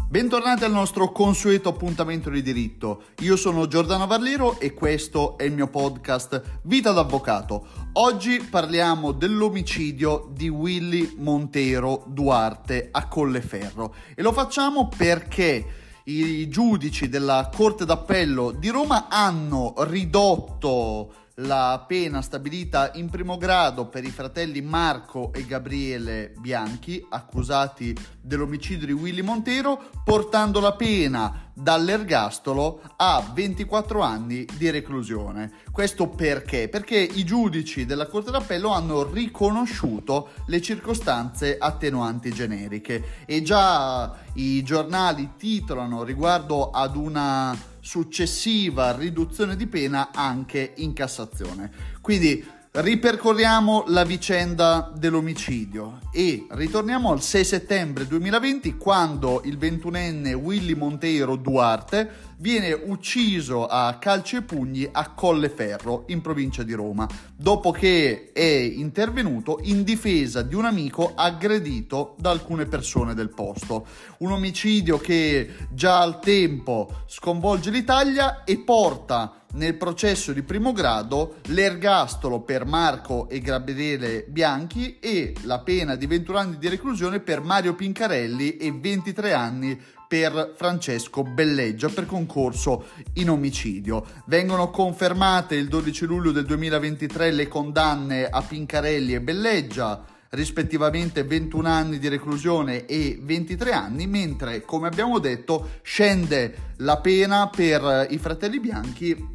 Bentornati al nostro consueto appuntamento di diritto. Io sono Giordano Varlero e questo è il mio podcast Vita d'Avvocato. Oggi parliamo dell'omicidio di Willy Montero Duarte a Colleferro e lo facciamo perché i giudici della Corte d'Appello di Roma hanno ridotto la pena stabilita in primo grado per i fratelli Marco e Gabriele Bianchi, accusati dell'omicidio di Willy Montero, portando la pena dall'ergastolo a 24 anni di reclusione. Questo perché? Perché i giudici della Corte d'Appello hanno riconosciuto le circostanze attenuanti generiche e già i giornali titolano riguardo ad una successiva riduzione di pena anche in Cassazione. Quindi ripercorriamo la vicenda dell'omicidio e ritorniamo al 6 settembre 2020, quando il 21enne Willy Montero Duarte viene ucciso a calci e pugni a Colleferro, in provincia di Roma, dopo che è intervenuto in difesa di un amico aggredito da alcune persone del posto. Un omicidio che già al tempo sconvolge l'Italia e porta nel processo di primo grado l'ergastolo per Marco e Gabriele Bianchi e la pena di 21 anni di reclusione per Mario Pincarelli e 23 anni per Francesco Belleggia per concorso in omicidio. Vengono confermate il 12 luglio del 2023 le condanne a Pincarelli e Belleggia, rispettivamente 21 anni di reclusione e 23 anni, mentre, come abbiamo detto, scende la pena per i fratelli Bianchi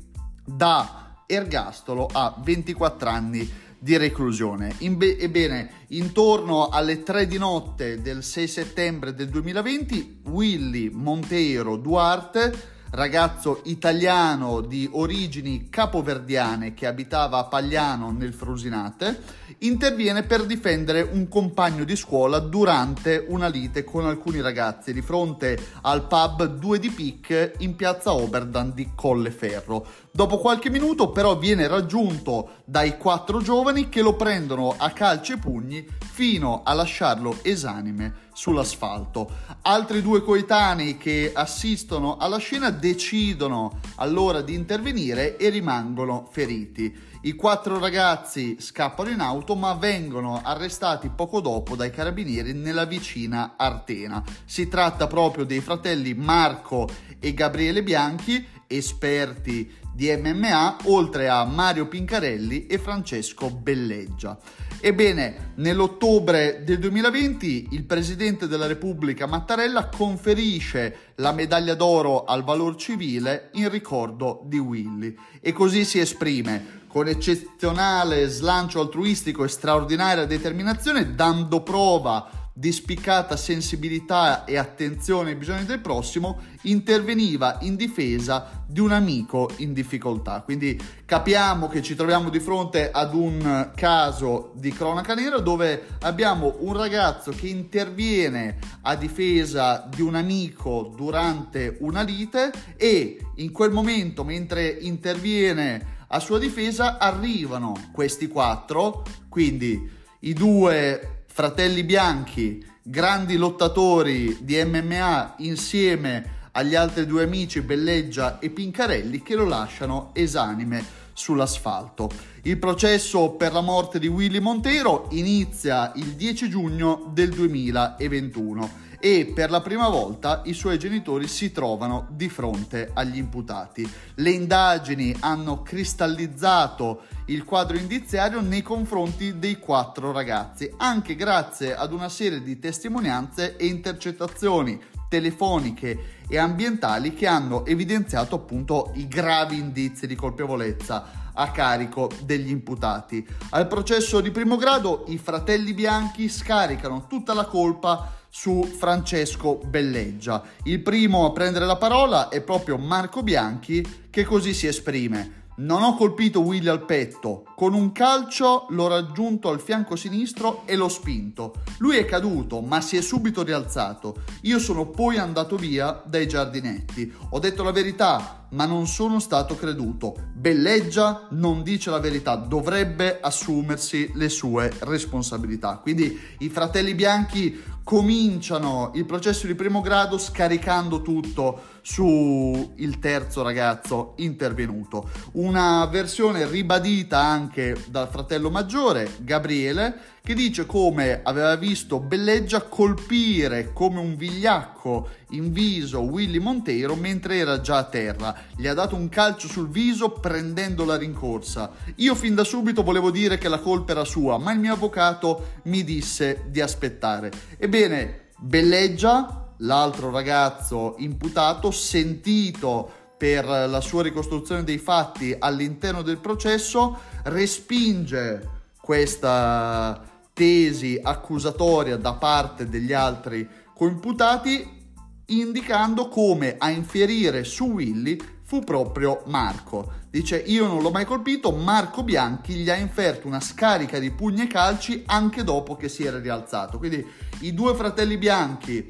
da ergastolo a 24 anni di reclusione. Ebbene, intorno alle 3 di notte del 6 settembre del 2020, Willy Montero Duarte, ragazzo italiano di origini capoverdiane che abitava a Pagliano nel Frusinate, interviene per difendere un compagno di scuola durante una lite con alcuni ragazzi di fronte al pub 2 di Pic in piazza Oberdan di Colleferro. Dopo qualche minuto però viene raggiunto dai 4 giovani che lo prendono a calci e pugni fino a lasciarlo esanime sull'asfalto. Altri 2 coetanei che assistono alla scena decidono allora di intervenire e rimangono feriti. I 4 ragazzi scappano in auto ma vengono arrestati poco dopo dai carabinieri nella vicina Artena. Si tratta proprio dei fratelli Marco e Gabriele Bianchi, esperti di MMA, oltre a Mario Pincarelli e Francesco Belleggia. Ebbene, nell'ottobre del 2020 il Presidente della Repubblica Mattarella conferisce la medaglia d'oro al valor civile in ricordo di Willy e così si esprime: con eccezionale slancio altruistico e straordinaria determinazione, dando prova di spiccata sensibilità e attenzione ai bisogni del prossimo, interveniva in difesa di un amico in difficoltà. Quindi capiamo che ci troviamo di fronte ad un caso di cronaca nera dove abbiamo un ragazzo che interviene a difesa di un amico durante una lite e in quel momento, mentre interviene a sua difesa, arrivano questi 4, quindi i 2 fratelli Bianchi, grandi lottatori di MMA, insieme agli altri 2 amici Belleggia e Pincarelli, che lo lasciano esanime sull'asfalto. Il processo per la morte di Willy Montero inizia il 10 giugno del 2021 e per la prima volta i suoi genitori si trovano di fronte agli imputati. Le indagini hanno cristallizzato il quadro indiziario nei confronti dei 4 ragazzi, anche grazie ad una serie di testimonianze e intercettazioni telefoniche e ambientali che hanno evidenziato appunto i gravi indizi di colpevolezza a carico degli imputati. Al processo di primo grado i fratelli Bianchi scaricano tutta la colpa su Francesco Belleggia. Il primo a prendere la parola è proprio Marco Bianchi, che così si esprime: non ho colpito Willy al petto, con un calcio l'ho raggiunto al fianco sinistro e l'ho spinto. Lui è caduto, ma si è subito rialzato. Io sono poi andato via dai giardinetti. Ho detto la verità, ma non sono stato creduto. Belleggia non dice la verità, dovrebbe assumersi le sue responsabilità. Quindi i fratelli Bianchi cominciano il processo di primo grado scaricando tutto sul terzo ragazzo intervenuto. Una versione ribadita anche dal fratello maggiore, Gabriele, che dice come aveva visto Belleggia colpire come un vigliacco in viso Willy Monteiro mentre era già a terra. Gli ha dato un calcio sul viso prendendo la rincorsa. Io fin da subito volevo dire che la colpa era sua, ma il mio avvocato mi disse di aspettare. Ebbene, Belleggia, l'altro ragazzo imputato, sentito per la sua ricostruzione dei fatti all'interno del processo, respinge questa tesi accusatoria da parte degli altri coimputati, indicando come a infierire su Willy fu proprio Marco. Dice: io non l'ho mai colpito, Marco Bianchi gli ha inferto una scarica di pugni e calci anche dopo che si era rialzato. Quindi i due fratelli Bianchi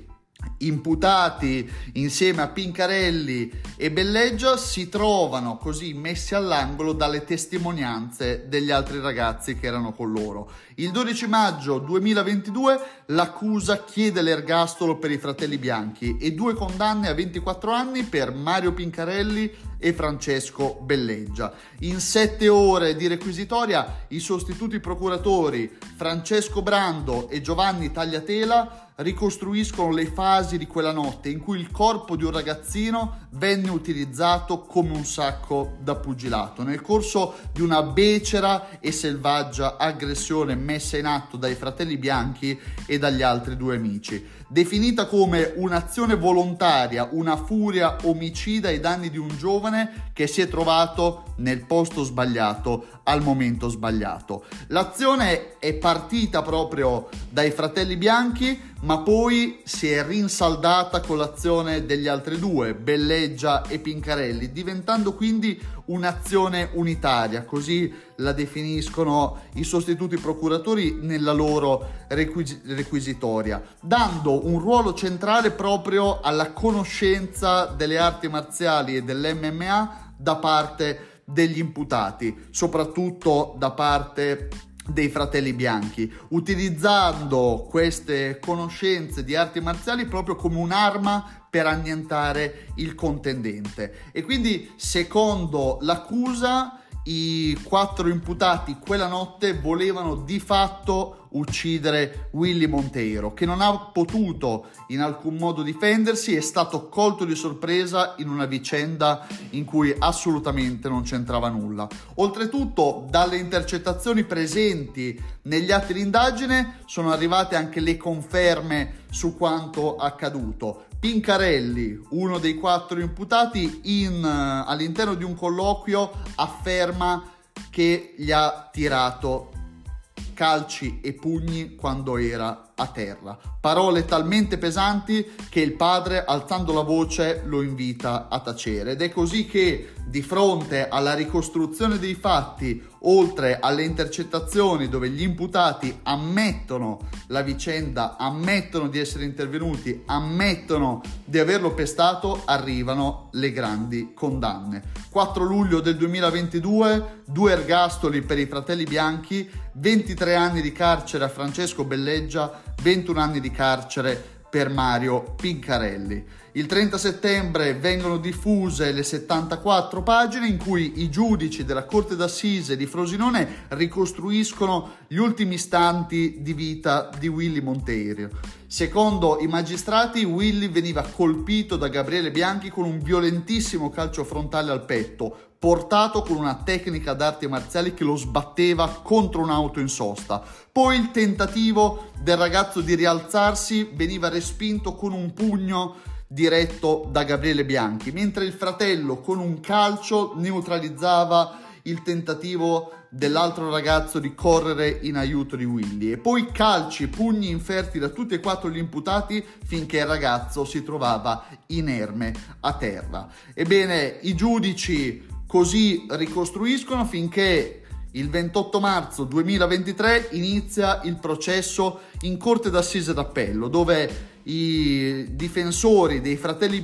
imputati insieme a Pincarelli e Belleggia si trovano così messi all'angolo dalle testimonianze degli altri ragazzi che erano con loro. Il 12 maggio 2022 l'accusa chiede l'ergastolo per i fratelli Bianchi e 2 condanne a 24 anni per Mario Pincarelli e Francesco Belleggia. In 7 ore di requisitoria i sostituti procuratori Francesco Brando e Giovanni Tagliatela ricostruiscono le fasi di quella notte in cui il corpo di un ragazzino venne utilizzato come un sacco da pugilato nel corso di una becera e selvaggia aggressione messa in atto dai fratelli Bianchi e dagli altri 2 amici. Definita come un'azione volontaria, una furia omicida ai danni di un giovane che si è trovato nel posto sbagliato al momento sbagliato. L'azione è partita proprio dai fratelli Bianchi, ma poi si è rinsaldata con l'azione degli altri 2, Belleggia e Pincarelli, diventando quindi un'azione unitaria, così la definiscono i sostituti procuratori nella loro requisitoria, dando un ruolo centrale proprio alla conoscenza delle arti marziali e dell'MMA da parte degli imputati, soprattutto da parte dei fratelli Bianchi, utilizzando queste conoscenze di arti marziali proprio come un'arma per annientare il contendente. E quindi, secondo l'accusa, i 4 imputati quella notte volevano di fatto uccidere Willy Monteiro, che non ha potuto in alcun modo difendersi, è stato colto di sorpresa in una vicenda in cui assolutamente non c'entrava nulla. Oltretutto, dalle intercettazioni presenti negli atti di indagine sono arrivate anche le conferme su quanto accaduto. Pincarelli, uno dei 4 imputati, all'interno di un colloquio afferma che gli ha tirato calci e pugni quando era a terra. Parole talmente pesanti che il padre, alzando la voce, lo invita a tacere. Ed è così che, di fronte alla ricostruzione dei fatti, oltre alle intercettazioni dove gli imputati ammettono la vicenda, ammettono di essere intervenuti, ammettono di averlo pestato, arrivano le grandi condanne. 4 luglio del 2022, 2 ergastoli per i fratelli Bianchi, 23 anni di carcere a Francesco Belleggia, 21 anni di carcere per Mario Pincarelli. Il 30 settembre vengono diffuse le 74 pagine in cui i giudici della Corte d'Assise di Frosinone ricostruiscono gli ultimi istanti di vita di Willy Monteiro. Secondo i magistrati, Willy veniva colpito da Gabriele Bianchi con un violentissimo calcio frontale al petto, portato con una tecnica d'arti marziali che lo sbatteva contro un'auto in sosta. Poi il tentativo del ragazzo di rialzarsi veniva respinto con un pugno diretto da Gabriele Bianchi, mentre il fratello con un calcio neutralizzava il tentativo dell'altro ragazzo di correre in aiuto di Willy. E poi calci e pugni inferti da tutti e 4 gli imputati finché il ragazzo si trovava inerme a terra. Ebbene, i giudici così ricostruiscono finché il 28 marzo 2023 inizia il processo in Corte d'Assise d'Appello, dove i difensori dei fratelli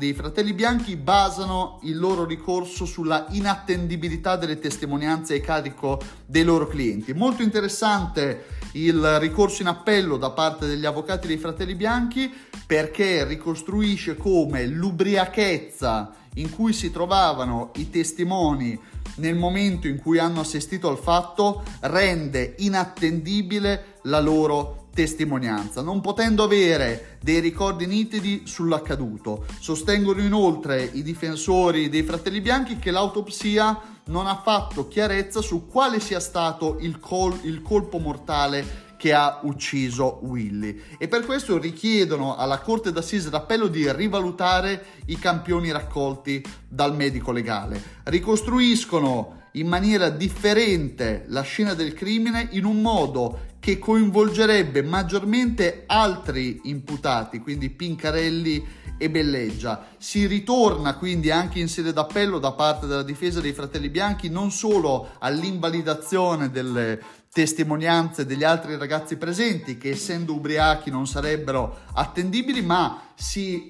bianchi basano il loro ricorso sulla inattendibilità delle testimonianze a carico dei loro clienti. Molto interessante il ricorso in appello da parte degli avvocati dei fratelli bianchi, perché ricostruisce come l'ubriachezza in cui si trovavano i testimoni nel momento in cui hanno assistito al fatto rende inattendibile la loro testimonianza, non potendo avere dei ricordi nitidi sull'accaduto. Sostengono inoltre i difensori dei fratelli bianchi che l'autopsia non ha fatto chiarezza su quale sia stato il colpo mortale che ha ucciso Willy, e per questo richiedono alla Corte d'Assise d'Appello di rivalutare i campioni raccolti dal medico legale. Ricostruiscono in maniera differente la scena del crimine in un modo che coinvolgerebbe maggiormente altri imputati, quindi Pincarelli e Belleggia. Si ritorna quindi anche in sede d'appello da parte della difesa dei fratelli bianchi non solo all'invalidazione delle testimonianze degli altri ragazzi presenti, che essendo ubriachi non sarebbero attendibili, ma si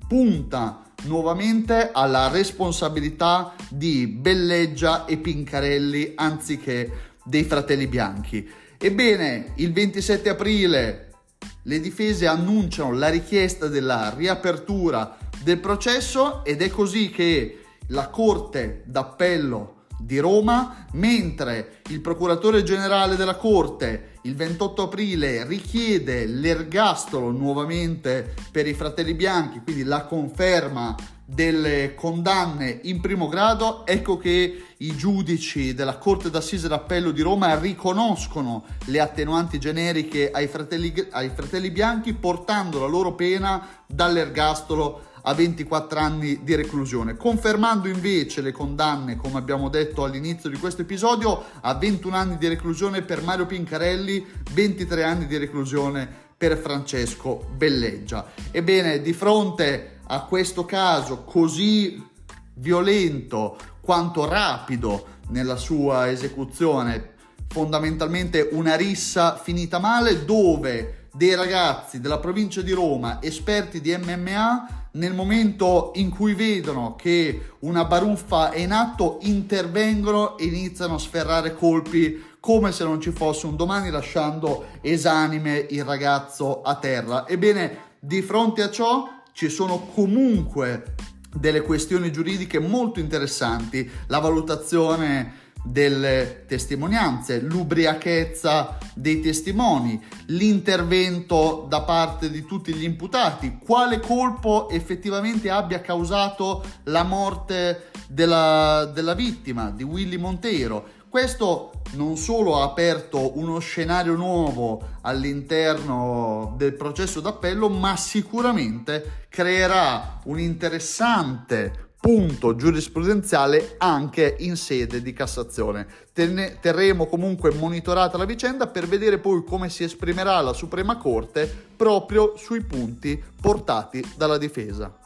punta nuovamente alla responsabilità di Belleggia e Pincarelli anziché dei fratelli bianchi. Ebbene, il 27 aprile le difese annunciano la richiesta della riapertura del processo ed è così che la Corte d'Appello di Roma, mentre il procuratore generale della Corte il 28 aprile richiede l'ergastolo nuovamente per i fratelli bianchi, quindi la conferma delle condanne in primo grado, ecco che i giudici della Corte d'Assise d'Appello di Roma riconoscono le attenuanti generiche ai fratelli bianchi, portando la loro pena dall'ergastolo a 24 anni di reclusione, confermando invece le condanne, come abbiamo detto all'inizio di questo episodio, a 21 anni di reclusione per Mario Pincarelli, 23 anni di reclusione per Francesco Belleggia. Ebbene, di fronte a questo caso così violento quanto rapido nella sua esecuzione, fondamentalmente una rissa finita male, dove dei ragazzi della provincia di Roma, esperti di MMA, nel momento in cui vedono che una baruffa è in atto, intervengono e iniziano a sferrare colpi come se non ci fosse un domani, lasciando esanime il ragazzo a terra. Ebbene, di fronte a ciò ci sono comunque delle questioni giuridiche molto interessanti: la valutazione delle testimonianze, l'ubriachezza dei testimoni, l'intervento da parte di tutti gli imputati, quale colpo effettivamente abbia causato la morte della vittima, di Willy Monteiro. Questo non solo ha aperto uno scenario nuovo all'interno del processo d'appello, ma sicuramente creerà un interessante punto giurisprudenziale anche in sede di Cassazione. Terremo comunque monitorata la vicenda per vedere poi come si esprimerà la Suprema Corte proprio sui punti portati dalla difesa.